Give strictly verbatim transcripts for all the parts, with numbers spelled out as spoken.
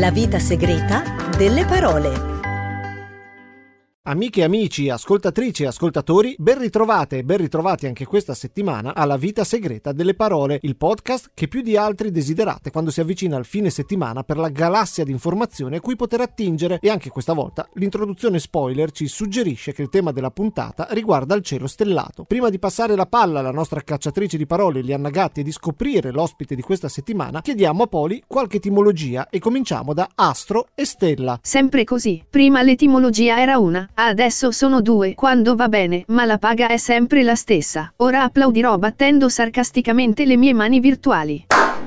La vita segreta delle parole. Amiche e amici, ascoltatrici e ascoltatori, ben ritrovate e ben ritrovati anche questa settimana alla Vita Segreta delle Parole, il podcast che più di altri desiderate quando si avvicina al fine settimana per la galassia di informazioni a cui poter attingere. E anche questa volta l'introduzione spoiler ci suggerisce che il tema della puntata riguarda il cielo stellato. Prima di passare la palla alla nostra cacciatrice di parole Lianna Gatti e di scoprire l'ospite di questa settimana, chiediamo a Poli qualche etimologia e cominciamo da astro e stella. Sempre così, prima l'etimologia era una, adesso sono due, quando va bene, ma la paga è sempre la stessa. Ora applaudirò battendo sarcasticamente le mie mani virtuali.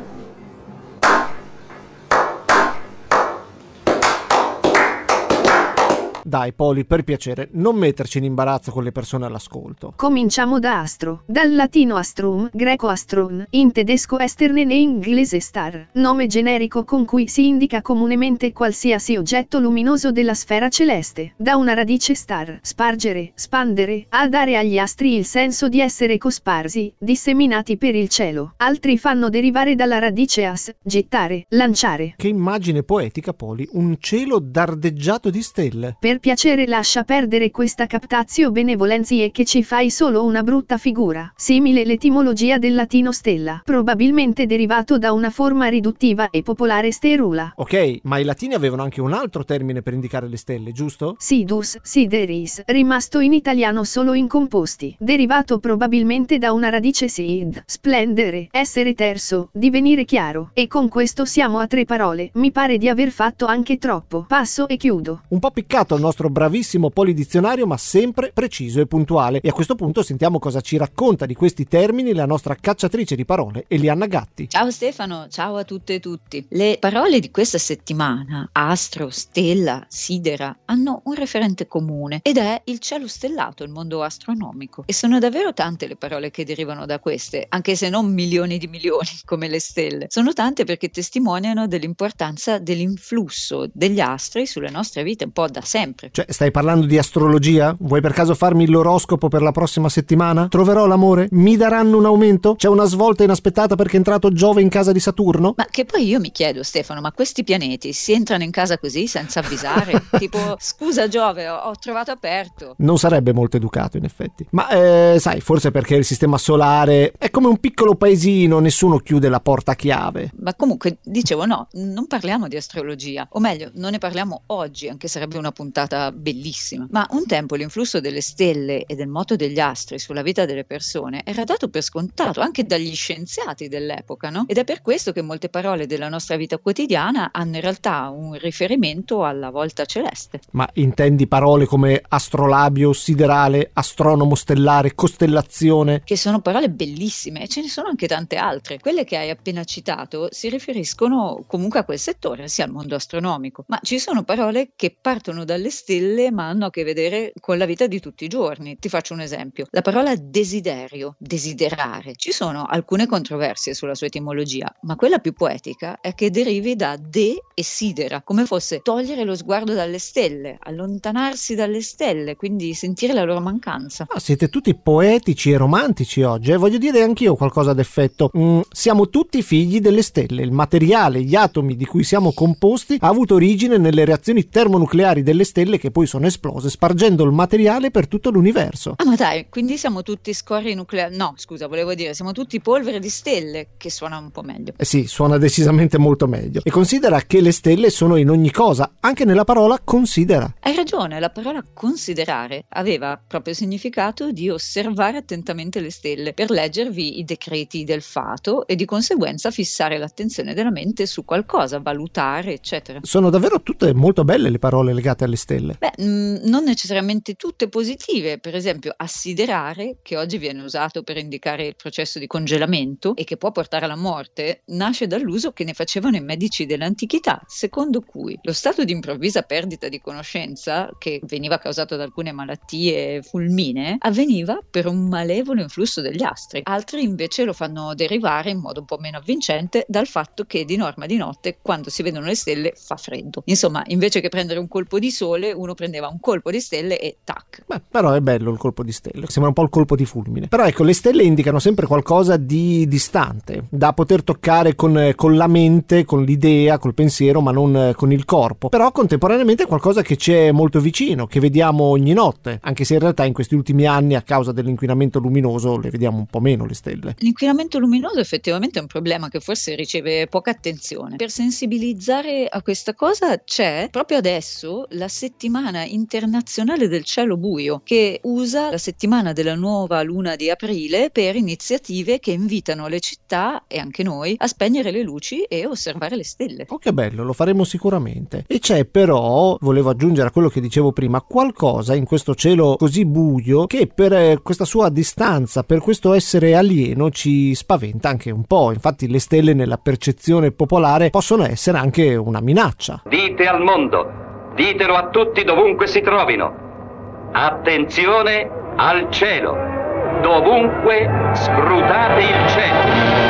Dai Poli, per piacere, non metterci in imbarazzo con le persone all'ascolto. Cominciamo da astro, dal latino astrum, greco astron, in tedesco esterne e inglese star, nome generico con cui si indica comunemente qualsiasi oggetto luminoso della sfera celeste, da una radice star, spargere, spandere, a dare agli astri il senso di essere cosparsi, disseminati per il cielo. Altri fanno derivare dalla radice as, gettare, lanciare. Che immagine poetica, Poli, un cielo dardeggiato di stelle. Per piacere lascia perdere questa captatio benevolenzie che ci fai solo una brutta figura. Simile l'etimologia del latino stella, probabilmente derivato da una forma riduttiva e popolare sterula. Ok, ma i latini avevano anche un altro termine per indicare le stelle, giusto? Sidus, sideris, rimasto in italiano solo in composti, derivato probabilmente da una radice sid, splendere, essere terso, divenire chiaro, e con questo siamo a tre parole. Mi pare di aver fatto anche troppo. Passo e chiudo. Un po' piccato il nostro bravissimo polidizionario, ma sempre preciso e puntuale. E a questo punto sentiamo cosa ci racconta di questi termini la nostra cacciatrice di parole Elianna Gatti. Ciao Stefano, ciao a tutte e tutti. Le parole di questa settimana, astro, stella, sidera, hanno un referente comune ed è il cielo stellato, il mondo astronomico. E sono davvero tante le parole che derivano da queste, anche se non milioni di milioni come le stelle. Sono tante perché testimoniano dell'importanza dell'influsso degli astri sulle nostre vite un po' da sempre. Cioè, stai parlando di astrologia? Vuoi per caso farmi l'oroscopo per la prossima settimana? Troverò l'amore? Mi daranno un aumento? C'è una svolta inaspettata perché è entrato Giove in casa di Saturno? Ma che poi io mi chiedo, Stefano, ma questi pianeti si entrano in casa così senza avvisare? Tipo, scusa Giove, ho, ho trovato aperto. Non sarebbe molto educato, in effetti. Ma eh, sai, forse perché il sistema solare è come un piccolo paesino, nessuno chiude la porta a chiave. Ma comunque, dicevo, no, non parliamo di astrologia, o meglio, non ne parliamo oggi, anche sarebbe una puntata bellissima. Ma un tempo l'influsso delle stelle e del moto degli astri sulla vita delle persone era dato per scontato anche dagli scienziati dell'epoca, no? Ed è per questo che molte parole della nostra vita quotidiana hanno in realtà un riferimento alla volta celeste. Ma intendi parole come astrolabio, siderale, astronomo stellare, costellazione? Che sono parole bellissime e ce ne sono anche tante altre. Quelle che hai appena citato si riferiscono comunque a quel settore, sia al mondo astronomico, ma ci sono parole che partono dalle stelle ma hanno a che vedere con la vita di tutti i giorni. Ti faccio un esempio: la parola desiderio, desiderare. Ci sono alcune controversie sulla sua etimologia, ma quella più poetica è che derivi da de e sidera, come fosse togliere lo sguardo dalle stelle, allontanarsi dalle stelle, quindi sentire la loro mancanza. Ah, siete tutti poetici e romantici oggi, eh? Voglio dire anch'io qualcosa d'effetto. Mm, siamo tutti figli delle stelle. Il materiale, gli atomi di cui siamo composti ha avuto origine nelle reazioni termonucleari delle stelle che poi sono esplose, spargendo il materiale per tutto l'universo. Ah, ma dai, quindi siamo tutti scorie nucleari? No, scusa, volevo dire, siamo tutti polvere di stelle, che suona un po' meglio. Eh sì, suona decisamente molto meglio. E considera che le stelle sono in ogni cosa, anche nella parola considera. Hai ragione, la parola considerare aveva proprio il significato di osservare attentamente le stelle per leggervi i decreti del fato e di conseguenza fissare l'attenzione della mente su qualcosa, valutare, eccetera. Sono davvero tutte molto belle le parole legate alle stelle. Beh, mh, non necessariamente tutte positive. Per esempio assiderare, che oggi viene usato per indicare il processo di congelamento e che può portare alla morte, nasce dall'uso che ne facevano i medici dell'antichità, secondo cui lo stato di improvvisa perdita di conoscenza, che veniva causato da alcune malattie fulminee, avveniva per un malevolo influsso degli astri. Altri invece lo fanno derivare in modo un po' meno avvincente dal fatto che di norma di notte, quando si vedono le stelle, fa freddo. Insomma, invece che prendere un colpo di sole, sole uno prendeva un colpo di stelle e tac. Beh, però è bello il colpo di stelle, sembra un po' il colpo di fulmine. Però ecco, le stelle indicano sempre qualcosa di distante, da poter toccare con, con la mente, con l'idea, col pensiero, ma non con il corpo. Però contemporaneamente è qualcosa che ci è molto vicino, che vediamo ogni notte, anche se in realtà in questi ultimi anni a causa dell'inquinamento luminoso le vediamo un po' meno le stelle. L'inquinamento luminoso effettivamente è un problema che forse riceve poca attenzione. Per sensibilizzare a questa cosa c'è proprio adesso la settimana internazionale del cielo buio, che usa la settimana della nuova luna di aprile per iniziative che invitano le città e anche noi a spegnere le luci e osservare le stelle. Oh, che bello, lo faremo sicuramente. E c'è però, volevo aggiungere a quello che dicevo prima, qualcosa in questo cielo così buio che per questa sua distanza, per questo essere alieno ci spaventa anche un po'. Infatti le stelle nella percezione popolare possono essere anche una minaccia. Dite al mondo, ditelo a tutti dovunque si trovino. Attenzione al cielo, dovunque scrutate il cielo.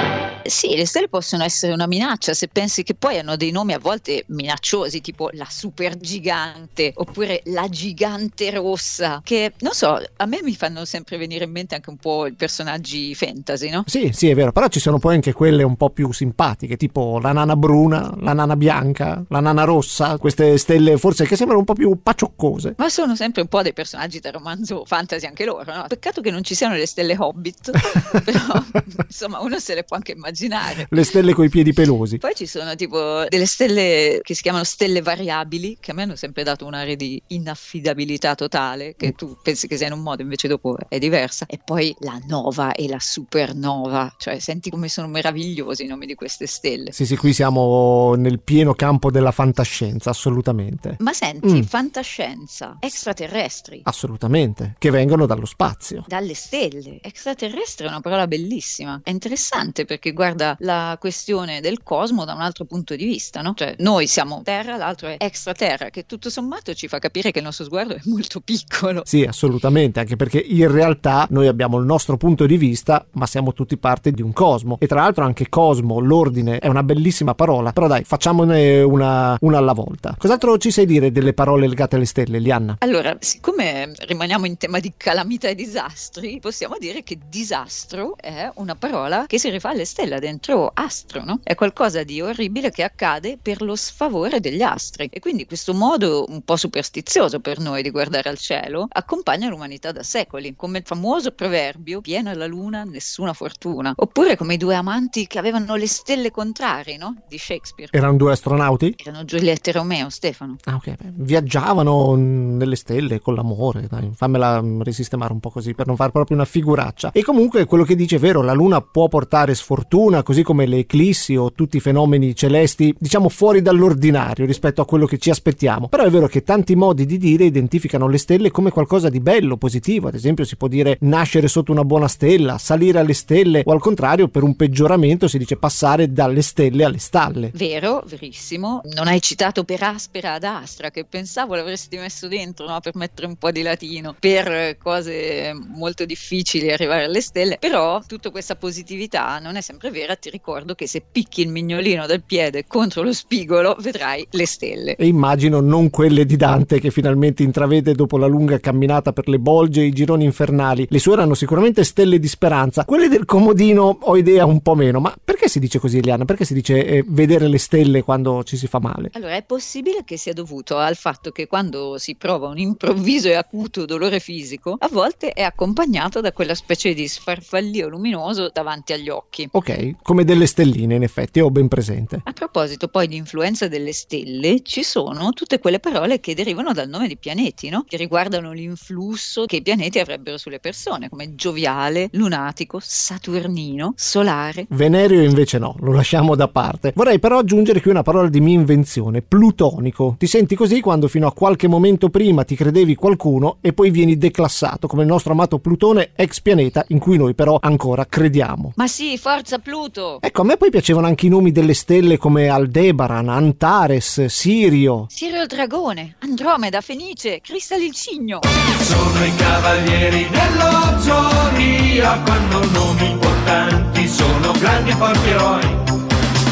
Sì, le stelle possono essere una minaccia se pensi che poi hanno dei nomi a volte minacciosi, tipo la supergigante oppure la gigante rossa, che non so, a me mi fanno sempre venire in mente anche un po' i personaggi fantasy, no? Sì, sì, è vero, però ci sono poi anche quelle un po' più simpatiche, tipo la nana bruna, la nana bianca, la nana rossa, queste stelle forse che sembrano un po' più pacioccose. Ma sono sempre un po' dei personaggi da romanzo fantasy anche loro, no? Peccato che non ci siano le stelle Hobbit, però insomma uno se le può anche immaginare. Le stelle coi piedi pelosi. Poi ci sono tipo delle stelle che si chiamano stelle variabili, che a me hanno sempre dato un'area di inaffidabilità totale, che tu pensi che sia in un modo invece dopo è diversa. E poi la nova e la supernova, cioè senti come sono meravigliosi i nomi di queste stelle. Sì sì, qui siamo nel pieno campo della fantascienza, assolutamente. Ma senti, mm. fantascienza, extraterrestri. Assolutamente, che vengono dallo spazio. Dalle stelle. Extraterrestre è una parola bellissima, è interessante perché guarda la questione del cosmo da un altro punto di vista, no? Cioè noi siamo Terra, l'altro è extraterra, che tutto sommato ci fa capire che il nostro sguardo è molto piccolo. Sì, assolutamente, anche perché in realtà noi abbiamo il nostro punto di vista, ma siamo tutti parte di un cosmo. E tra l'altro anche cosmo, l'ordine, è una bellissima parola, però dai, facciamone una, una alla volta. Cos'altro ci sai dire delle parole legate alle stelle, Lianna? Allora, siccome rimaniamo in tema di calamità e disastri, possiamo dire che disastro è una parola che si rifà alle stelle, dentro astro, no? È qualcosa di orribile che accade per lo sfavore degli astri, e quindi questo modo un po' superstizioso per noi di guardare al cielo accompagna l'umanità da secoli, come il famoso proverbio piena la luna, nessuna fortuna, oppure come i due amanti che avevano le stelle contrarie, no? Di Shakespeare. Erano due astronauti? Erano Giulietta e Romeo, Stefano. Ah, ok, beh, viaggiavano nelle stelle con l'amore, dai, fammela risistemare un po' così per non fare proprio una figuraccia. E comunque quello che dice è vero, la luna può portare sfortuna, così come le eclissi o tutti i fenomeni celesti, diciamo fuori dall'ordinario rispetto a quello che ci aspettiamo. Però è vero che tanti modi di dire identificano le stelle come qualcosa di bello, positivo. Ad esempio si può dire nascere sotto una buona stella, salire alle stelle, o al contrario per un peggioramento si dice passare dalle stelle alle stalle. Vero, verissimo. Non hai citato per aspera ad astra, che pensavo l'avresti messo dentro, no? Per mettere un po' di latino per cose molto difficili arrivare alle stelle, però tutta questa positività non è sempre vera. Ti ricordo che se picchi il mignolino del piede contro lo spigolo vedrai le stelle. E immagino non quelle di Dante, che finalmente intravede dopo la lunga camminata per le bolge e i gironi infernali. Le sue erano sicuramente stelle di speranza. Quelle del comodino ho idea un po' meno. Ma perché si dice così, Eliana? Perché si dice eh, vedere le stelle quando ci si fa male? Allora, è possibile che sia dovuto al fatto che quando si prova un improvviso e acuto dolore fisico, a volte è accompagnato da quella specie di sfarfallio luminoso davanti agli occhi. Ok, come delle stelline, in effetti, ho ben presente. A proposito poi di influenza delle stelle, ci sono tutte quelle parole che derivano dal nome di pianeti, no? Che riguardano l'influsso che i pianeti avrebbero sulle persone, come gioviale, lunatico, saturnino, solare. Venereo invece no, lo lasciamo da parte. Vorrei però aggiungere qui una parola di mia invenzione: plutonico. Ti senti così quando fino a qualche momento prima ti credevi qualcuno e poi vieni declassato, come il nostro amato Plutone, ex pianeta in cui noi però ancora crediamo. Ma sì, forza Pluto! Ecco, a me poi piacevano anche i nomi delle stelle come Aldebaran, Antares, Sirio. Sirio il dragone, Andromeda, Fenice, Cristale il cigno. Sono i cavalieri dello zodiaco, hanno nomi importanti, sono grandi e forti eroi.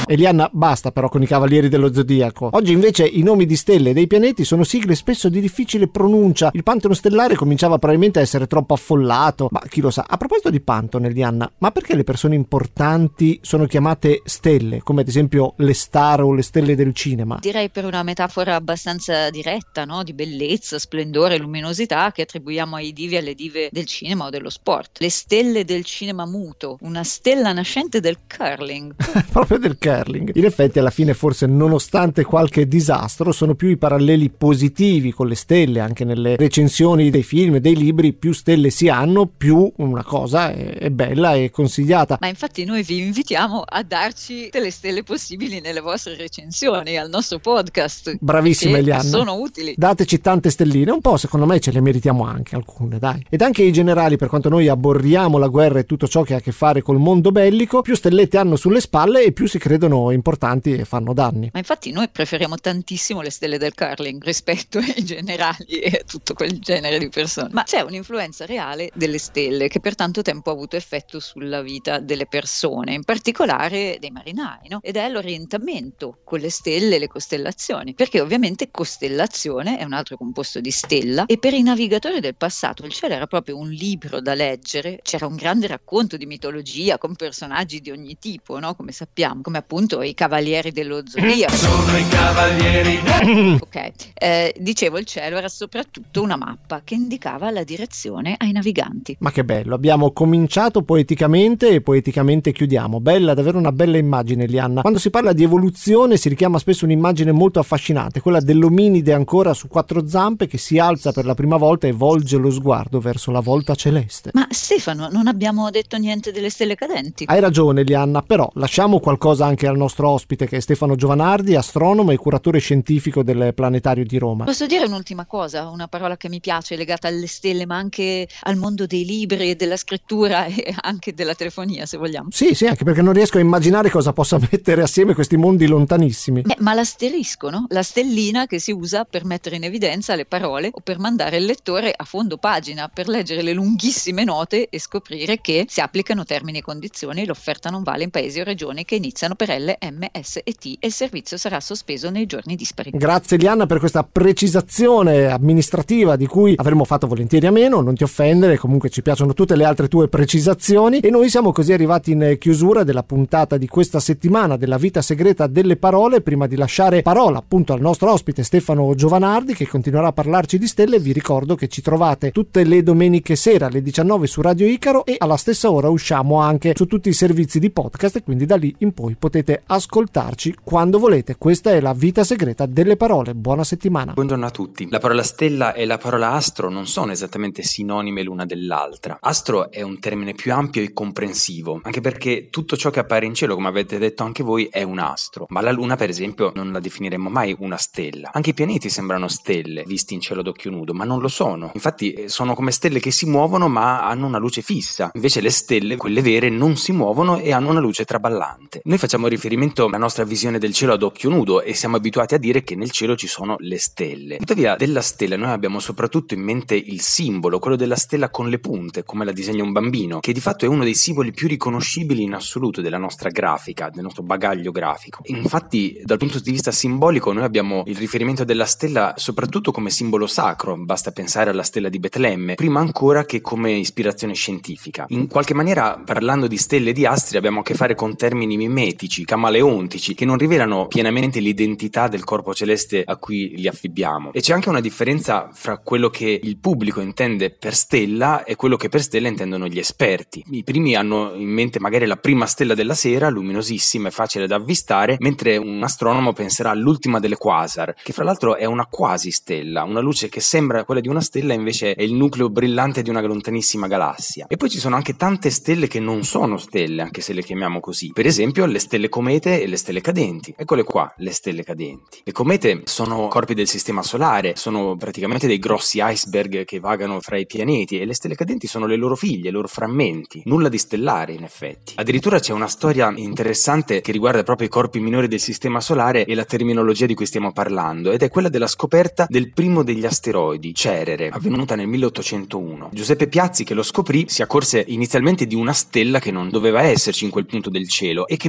Eliana, basta però con i Cavalieri dello Zodiaco. Oggi invece i nomi di stelle e dei pianeti sono sigle spesso di difficile pronuncia. Il Pantheon stellare cominciava probabilmente a essere troppo affollato, ma chi lo sa. A proposito di Pantheon, Eliana, ma perché le persone importanti sono chiamate stelle, come ad esempio le star o le stelle del cinema? Direi per una metafora abbastanza diretta, no? Di bellezza, splendore, luminosità che attribuiamo ai divi e alle dive del cinema o dello sport. Le stelle del cinema muto, una stella nascente del curling. Proprio del curling. In effetti alla fine forse nonostante qualche disastro sono più i paralleli positivi con le stelle, anche nelle recensioni dei film e dei libri, più stelle si hanno, più una cosa è, è bella e consigliata. Ma infatti noi vi invitiamo a darci tutte le stelle possibili nelle vostre recensioni al nostro podcast. Bravissima Eliana. Sono utili. Dateci tante stelline, un po' secondo me ce le meritiamo anche alcune, dai. Ed anche i generali, per quanto noi abborriamo la guerra e tutto ciò che ha a che fare col mondo bellico, più stellette hanno sulle spalle e più si credono importanti e fanno danni. Ma infatti noi preferiamo tantissimo le stelle del curling rispetto ai generali e a tutto quel genere di persone. Ma c'è un'influenza reale delle stelle che per tanto tempo ha avuto effetto sulla vita delle persone, in particolare dei marinai, no? Ed è l'orientamento con le stelle, le costellazioni, perché ovviamente costellazione è un altro composto di stella e per i navigatori del passato il cielo era proprio un libro da leggere, c'era un grande racconto di mitologia con personaggi di ogni tipo, no? Come sappiamo, come appunto i Cavalieri dello Zodiaco. Sono i Cavalieri. Ok, eh, dicevo, il cielo era soprattutto una mappa che indicava la direzione ai naviganti. Ma che bello, abbiamo cominciato poeticamente e poeticamente chiudiamo. Bella, davvero una bella immagine, Eliana. Quando si parla di evoluzione si richiama spesso un'immagine molto affascinante, quella dell'ominide ancora su quattro zampe che si alza per la prima volta e volge lo sguardo verso la volta celeste. Ma Stefano, non abbiamo detto niente delle stelle cadenti. Hai ragione, Eliana, però lasciamo qualcosa anche al nostro ospite, che è Stefano Giovanardi, astronomo e curatore scientifico del Planetario di Roma. Posso dire un'ultima cosa, una parola che mi piace legata alle stelle, ma anche al mondo dei libri e della scrittura e anche della telefonia, se vogliamo. Sì, sì, anche perché non riesco a immaginare cosa possa mettere assieme questi mondi lontanissimi. Eh, ma l'asterisco, no? La stellina che si usa per mettere in evidenza le parole o per mandare il lettore a fondo pagina per leggere le lunghissime note e scoprire che si applicano termini e condizioni, l'offerta non vale in paesi o regioni che iniziano per L, M, S e T e il servizio sarà sospeso nei giorni dispari. Grazie Eliana per questa precisazione amministrativa di cui avremmo fatto volentieri a meno, non ti offendere, comunque ci piacciono tutte le altre tue precisazioni e noi siamo così arrivati in chiusura della puntata di questa settimana della Vita Segreta delle Parole. Prima di lasciare parola appunto al nostro ospite Stefano Giovanardi che continuerà a parlarci di stelle, vi ricordo che ci trovate tutte le domeniche sera alle diciannove su Radio Icaro e alla stessa ora usciamo anche su tutti i servizi di podcast e quindi da lì in poi potete ascoltarci quando volete. Questa è la Vita Segreta delle Parole. Buona settimana. Buongiorno a tutti. La parola stella e la parola astro non sono esattamente sinonime l'una dell'altra. Astro è un termine più ampio e comprensivo, anche perché tutto ciò che appare in cielo, come avete detto anche voi, è un astro. Ma la luna, per esempio, non la definiremmo mai una stella. Anche i pianeti sembrano stelle visti in cielo d'occhio nudo, ma non lo sono. Infatti sono come stelle che si muovono ma hanno una luce fissa. Invece le stelle, quelle vere, non si muovono e hanno una luce traballante. Noi facciamo riferimento alla nostra visione del cielo ad occhio nudo e siamo abituati a dire che nel cielo ci sono le stelle. Tuttavia, della stella noi abbiamo soprattutto in mente il simbolo, quello della stella con le punte, come la disegna un bambino, che di fatto è uno dei simboli più riconoscibili in assoluto della nostra grafica, del nostro bagaglio grafico. Infatti, dal punto di vista simbolico, noi abbiamo il riferimento della stella soprattutto come simbolo sacro, basta pensare alla stella di Betlemme, prima ancora che come ispirazione scientifica. In qualche maniera, parlando di stelle e di astri, abbiamo a che fare con termini mimetici, camaleontici, che non rivelano pienamente l'identità del corpo celeste a cui li affibbiamo. E c'è anche una differenza fra quello che il pubblico intende per stella e quello che per stella intendono gli esperti. I primi hanno in mente magari la prima stella della sera, luminosissima e facile da avvistare, mentre un astronomo penserà all'ultima delle quasar, che fra l'altro è una quasi stella, una luce che sembra quella di una stella invece è il nucleo brillante di una lontanissima galassia. E poi ci sono anche tante stelle che non sono stelle, anche se le chiamiamo così. Per esempio le stelle comete e le stelle cadenti. Eccole qua, le stelle cadenti. Le comete sono corpi del sistema solare, sono praticamente dei grossi iceberg che vagano fra i pianeti, e le stelle cadenti sono le loro figlie, i loro frammenti. Nulla di stellare in effetti. Addirittura c'è una storia interessante che riguarda proprio i corpi minori del sistema solare e la terminologia di cui stiamo parlando, ed è quella della scoperta del primo degli asteroidi, Cerere, avvenuta nel milleottocentouno. Giuseppe Piazzi, che lo scoprì, si accorse inizialmente di una stella che non doveva esserci in quel punto del cielo e che poi notte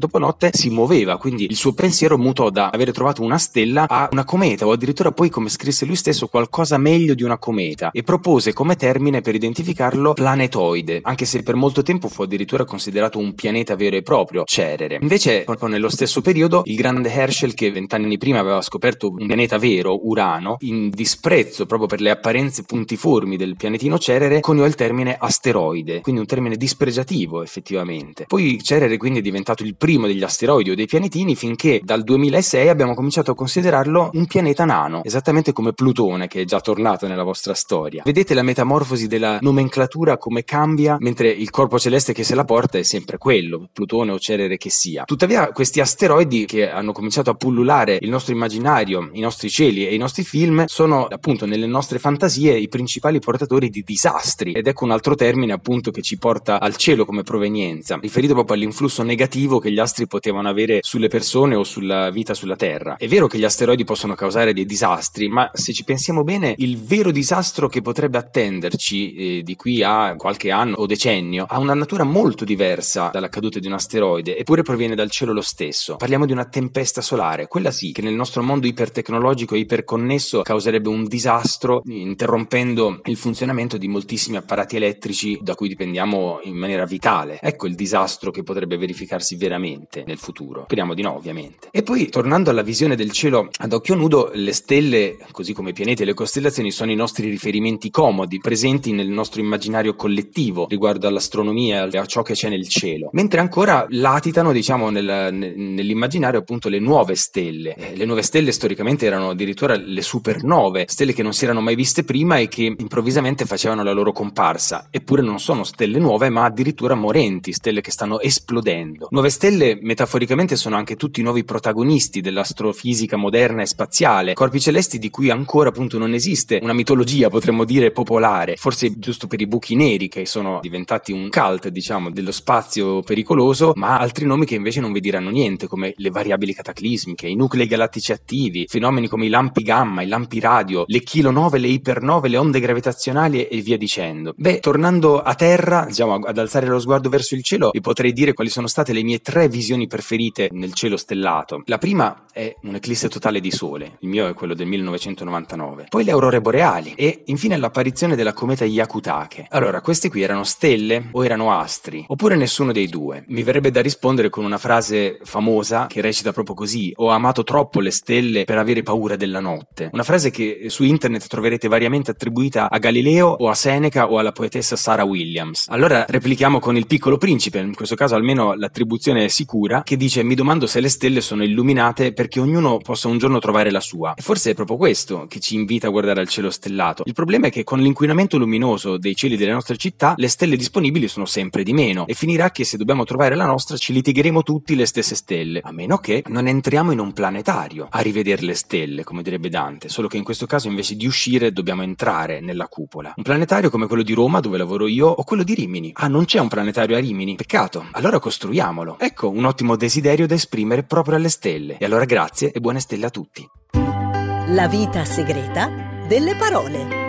dopo notte si muoveva, quindi il suo pensiero mutò da avere trovato una stella a una cometa, o addirittura poi, come scrisse lui stesso, qualcosa meglio di una cometa, e propose come termine per identificarlo planetoide, anche se per molto tempo fu addirittura considerato un pianeta vero e proprio, Cerere. Invece, proprio nello stesso periodo, il grande Herschel, che vent'anni prima aveva scoperto un pianeta vero, Urano, in disprezzo proprio per le apparenze puntiformi del pianetino Cerere, coniò il termine asteroide, quindi un termine dispregiativo effettivamente. Poi Cerere quindi è diventato il primo degli asteroidi o dei pianetini, finché dal duemilasei abbiamo cominciato a considerarlo un pianeta nano, esattamente come Plutone, che è già tornato nella vostra storia. Vedete la metamorfosi della nomenclatura come cambia, mentre il corpo celeste che se la porta è sempre quello, Plutone o Cerere che sia. Tuttavia questi asteroidi che hanno cominciato a pullulare il nostro immaginario, i nostri cieli e i nostri film sono appunto nelle nostre fantasie i principali portatori di disastri, ed ecco un altro termine appunto che ci porta al cielo come provenienza, riferito proprio all'influsso negativo che gli astri potevano avere sulle persone o sulla vita sulla Terra. È vero che gli asteroidi possono causare dei disastri, ma se ci pensiamo bene, il vero disastro che potrebbe attenderci eh, di qui a qualche anno o decennio ha una natura molto diversa dalla caduta di un asteroide, eppure proviene dal cielo lo stesso. Parliamo di una tempesta solare, quella sì che nel nostro mondo ipertecnologico e iperconnesso causerebbe un disastro, interrompendo il funzionamento di moltissimi apparati elettrici da cui dipendiamo in maniera vitale. Ecco il disastro che potrebbe verificarsi veramente nel futuro. Speriamo di no, ovviamente. E poi, tornando alla visione del cielo ad occhio nudo, le stelle, così come i pianeti e le costellazioni, sono i nostri riferimenti comodi, presenti nel nostro immaginario collettivo riguardo all'astronomia e a ciò che c'è nel cielo, mentre ancora latitano, diciamo, nel, nell'immaginario appunto le nuove stelle. Eh, le nuove stelle storicamente erano addirittura le supernove, stelle che non si erano mai viste prima e che improvvisamente facevano la loro comparsa. Eppure non sono stelle nuove, ma addirittura morenti, stelle che stanno esplodendo. Nuove stelle metaforicamente sono anche tutti i nuovi protagonisti dell'astrofisica moderna e spaziale, corpi celesti di cui ancora appunto non esiste una mitologia, potremmo dire, popolare, forse giusto per i buchi neri che sono diventati un cult, diciamo, dello spazio pericoloso, ma altri nomi che invece non vi diranno niente, come le variabili cataclismiche, i nuclei galattici attivi, fenomeni come i lampi gamma, i lampi radio, le chilonove, le ipernove, le onde gravitazionali e via dicendo. Beh, tornando a terra, diciamo, ad alzare lo sguardo verso il cielo, vi potrei dire quali sono state le mie tre visioni preferite nel cielo stellato. La prima è un'eclisse totale di sole, il mio è quello del millenovecentonovantanove, poi le aurore boreali e infine l'apparizione della cometa Hyakutake. Allora, queste qui erano stelle o erano astri? Oppure nessuno dei due? Mi verrebbe da rispondere con una frase famosa che recita proprio così: ho amato troppo le stelle per avere paura della notte. Una frase che su internet troverete variamente attribuita a Galileo o a Seneca o alla poetessa Sarah Williams. Allora replichiamo con Il Piccolo Principe, in questo caso almeno l'attribuzione è sicura, che dice: mi domando se le stelle sono illuminate perché ognuno possa un giorno trovare la sua. E forse è proprio questo che ci invita a guardare al cielo stellato. Il problema è che con l'inquinamento luminoso dei cieli delle nostre città le stelle disponibili sono sempre di meno, e finirà che se dobbiamo trovare la nostra ci litigheremo tutti le stesse stelle, a meno che non entriamo in un planetario a rivedere le stelle, come direbbe Dante, solo che in questo caso invece di uscire dobbiamo entrare nella cupola. Un planetario come quello di Roma, dove lavoro io, o quello di Rimini. Ah, non c'è un planetario a Rimini? Peccato, allora costruiamolo. Ecco un ottimo desiderio da esprimere proprio alle stelle. E allora grazie e buone stelle a tutti. La vita segreta delle parole.